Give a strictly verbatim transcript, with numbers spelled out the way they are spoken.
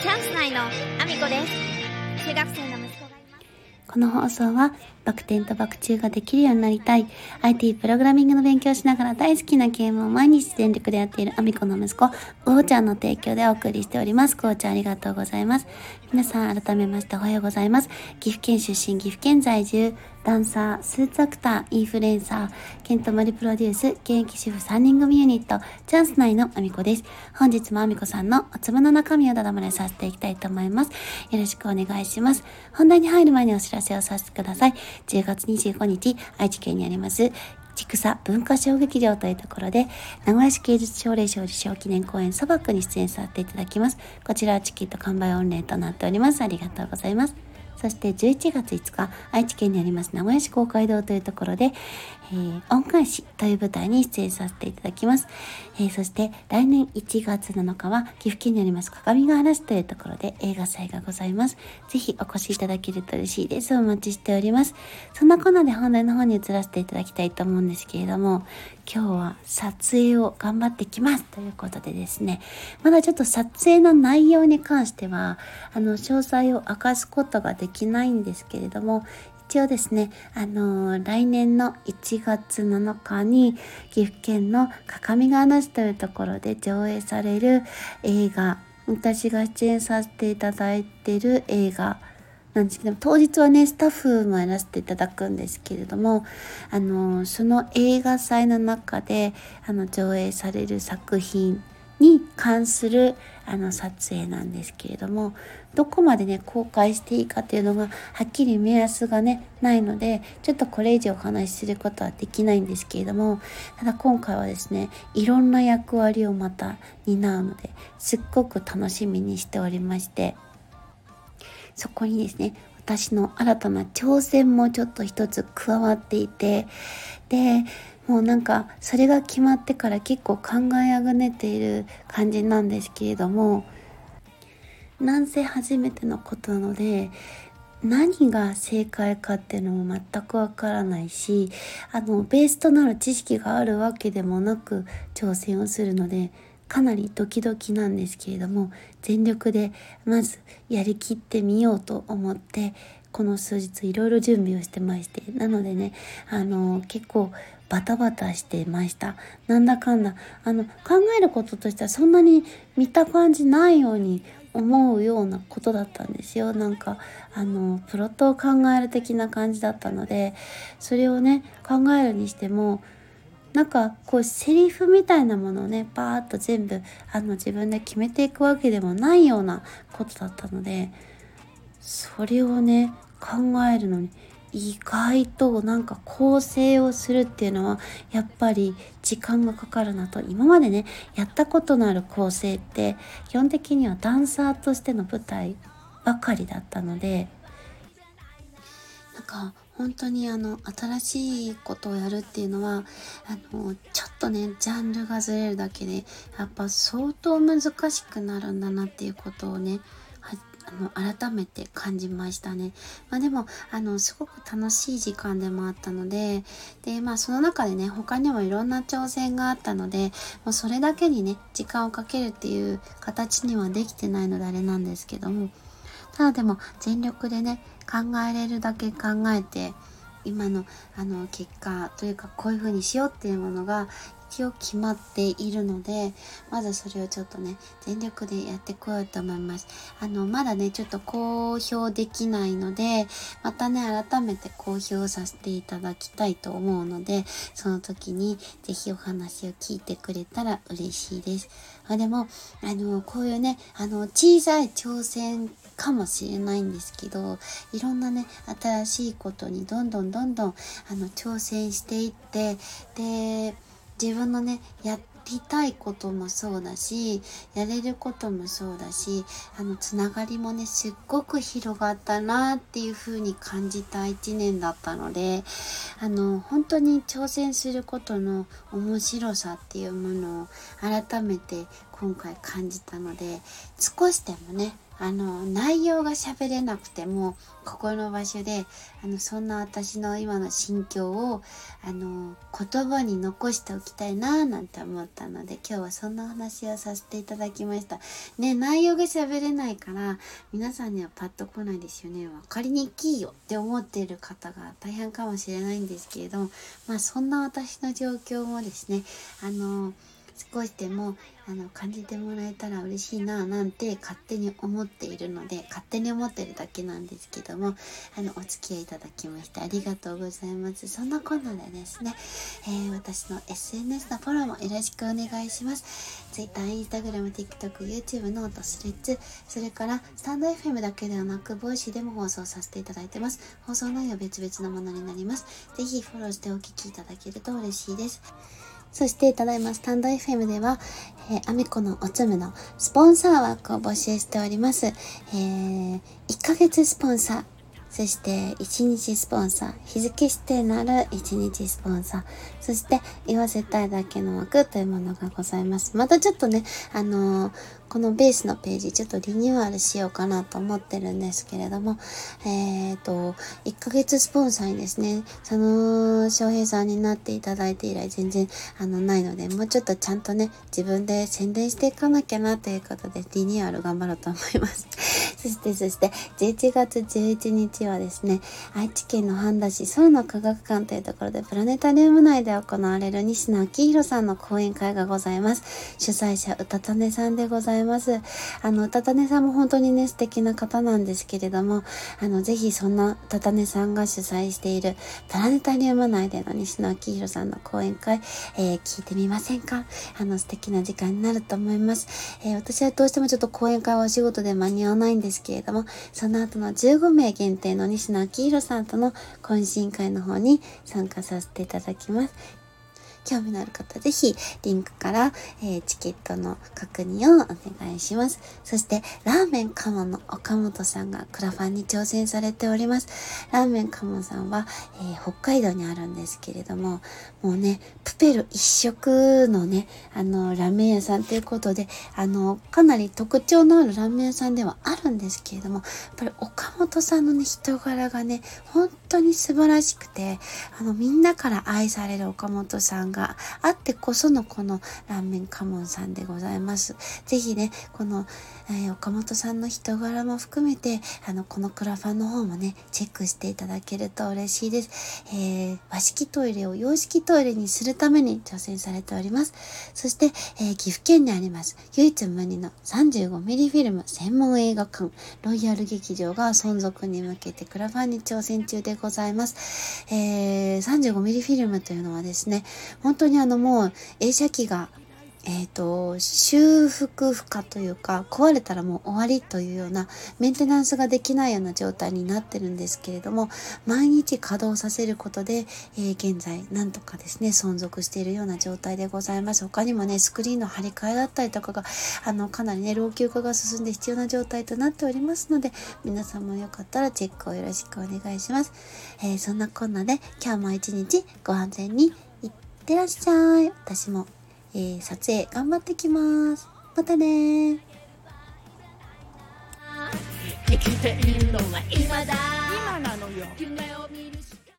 チャンス内のアミコです。中学生の息子がいます。 この放送はバク転とバク宙ができるようになりたい アイティー プログラミングの勉強をしながら大好きなゲームを毎日全力でやっているアミコの息子、ゴーちゃんの提供でお送りしております。ゴーちゃんありがとうございます。皆さん改めましておはようございます。岐阜県出身、岐阜県在住、ダンサー、スーツアクター、インフルエンサー、ケントマリプロデュース、現役主婦さんにん組ユニット、チャンス内のアミコです。本日もアミコさんのおつぼの中身をだだ漏れさせていきたいと思います。よろしくお願いします。本題に入る前にお知らせをさせてください。じゅうがつにじゅうごにち、愛知県にあります、千種文化小劇場というところで、名古屋市芸術奨励賞受賞記念公演そばくに出演させていただきます。こちらはチケット完売御礼となっております。ありがとうございます。そしてじゅういちがついつか、愛知県にあります名古屋市公会堂というところで、えー、恩返しという舞台に出演させていただきます。えー、そして来年いちがつなのかは岐阜県にあります各務原市というところで映画祭がございます。ぜひお越しいただけると嬉しいです。お待ちしております。そんなこんなで本題の方に移らせていただきたいと思うんですけれども、今日は撮影を頑張ってきますということでですね、まだちょっと撮影の内容に関してはあの詳細を明かすことができないんですけれども、一応ですね、あのー、来年のいちがつなのかに岐阜県の各務原市というところで上映される映画、私が出演させていただいている映画なんですけど、当日はねスタッフもやらせていただくんですけれども、あのその映画祭の中であの上映される作品に関するあの撮影なんですけれども、どこまでね公開していいかというのがはっきり目安がねないので、ちょっとこれ以上お話しすることはできないんですけれども、ただ今回はですね、いろんな役割をまた担うので、すっごく楽しみにしておりまして、そこにですね、私の新たな挑戦もちょっと一つ加わっていて、で、もうなんかそれが決まってから結構考えあぐねている感じなんですけれども、なんせ初めてのことなので、何が正解かっていうのも全くわからないし、あのベースとなる知識があるわけでもなく挑戦をするので、かなりドキドキなんですけれども、全力でまずやりきってみようと思ってこの数日いろいろ準備をしてまして、なのでね、あの結構バタバタしてました。なんだかんだあの考えることとしてはそんなに見た感じないように思うようなことだったんですよ。なんかあのプロットを考える的な感じだったので、それをね考えるにしても、なんかこうセリフみたいなものをねバーッと全部あの自分で決めていくわけでもないようなことだったので、それをね考えるのに意外となんか構成をするっていうのはやっぱり時間がかかるなと。今までねやったことのある構成って基本的にはダンサーとしての舞台ばかりだったので、なんか本当にあの新しいことをやるっていうのはあのちょっとねジャンルがずれるだけでやっぱ相当難しくなるんだなっていうことをねあの改めて感じましたね。まあでもあのすごく楽しい時間でもあったので、でまあその中でね他にもいろんな挑戦があったので、もうそれだけにね時間をかけるっていう形にはできてないのであれなんですけども、ただでも全力でね考えれるだけ考えて、今のあの結果というかこういう風にしようっていうものが一応決まっているので、まずそれをちょっとね全力でやってこようと思います。あのまだねちょっと公表できないので、またね改めて公表させていただきたいと思うので、その時にぜひお話を聞いてくれたら嬉しいです。あでもあのこういうねあの小さい挑戦かもしれないんですけど、いろんなね新しいことにどんどんどんどんあの挑戦していって、で自分のねやりたいこともそうだし、やれることもそうだし、あのつながりもねすっごく広がったなっていう風に感じた一年だったので、あの本当に挑戦することの面白さっていうものを改めて今回感じたので、少しでもねあの内容が喋れなくてもここの場所であのそんな私の今の心境をあの言葉に残しておきたいななんて思ったので、今日はそんなお話をさせていただきましたね。内容が喋れないから皆さんにはパッと来ないですよね。分かりにくいよって思っている方が大半かもしれないんですけれども、まあそんな私の状況もですね、あの少しでもあの感じてもらえたら嬉しいななんて勝手に思っているので、勝手に思ってるだけなんですけども、あのお付き合いいただきましてありがとうございます。そんなこんなでですね、えー、私の エスエヌエス のフォローもよろしくお願いします。 Twitter、Instagram、TikTok、YouTube、ノート、スレッズ、それからスタンド エフエム だけではなくボイシーでも放送させていただいてます。放送内容別々のものになります。ぜひフォローしてお聞きいただけると嬉しいです。そしてただいまスタンド エフエム では、えー、アミコのおつむのスポンサー枠を募集しております。えー、いっかげつスポンサー、そしていちにちスポンサー、日付指定のあるいちにちスポンサー、そして言わせたいだけの枠というものがございます。またちょっとね、あのー、このベースのページちょっとリニューアルしようかなと思ってるんですけれども、えーと、いっかげつスポンサーにですね、佐野翔平さんになっていただいて以来全然あのないので、もうちょっとちゃんとね、自分で宣伝していかなきゃなということでリニューアル頑張ろうと思います。そしてそしてじゅういちがつじゅういちにちはですね、愛知県の半田市空の科学館というところでプラネタリウム内で行われる西野昭弘さんの講演会がございます。主催者うたたねさんでございます。あのうたたねさんも本当にね素敵な方なんですけれども、あのぜひそんなうたたねさんが主催しているプラネタリウム内での西野昭弘さんの講演会、えー、聞いてみませんか？あの素敵な時間になると思います。えー、私はどうしてもちょっと講演会はお仕事で間に合わないんですけれども、その後のじゅうごめい限定の西野昭弘さんとの懇親会の方に参加させていただきます。興味のある方ぜひリンクから、えー、チケットの確認をお願いします。そしてラーメンカモの岡本さんがクラファンに挑戦されております。ラーメンカモさんは、えー、北海道にあるんですけれども、もうねプペル一色のねあのラーメン屋さんということで、あのかなり特徴のあるラーメン屋さんではあるんですけれども、やっぱり岡本さんのね人柄がね本当に素晴らしくて、あのみんなから愛される岡本さんががあってこそのこのラーメンカモンさんでございます。ぜひねこの、えー、岡本さんの人柄も含めてあのこのクラファンの方もねチェックしていただけると嬉しいです。えー、和式トイレを洋式トイレにするために挑戦されております。そして、えー、岐阜県にあります唯一無二の さんじゅうごミリ フィルム専門映画館ロイヤル劇場が存続に向けてクラファンに挑戦中でございます。えー、さんじゅうごミリ フィルムというのはですね、本当にあのもう映写機がえっと修復不可というか壊れたらもう終わりというようなメンテナンスができないような状態になってるんですけれども、毎日稼働させることで、えー、現在なんとかですね存続しているような状態でございます。他にもねスクリーンの張り替えだったりとかがあのかなりね老朽化が進んで必要な状態となっておりますので、皆さんもよかったらチェックをよろしくお願いします。えー、そんなこんなで今日も一日ご安全にいってらっしゃい。私もえー、撮影頑張ってきます。またね。 生きているのは今だ。今なのよ。夢を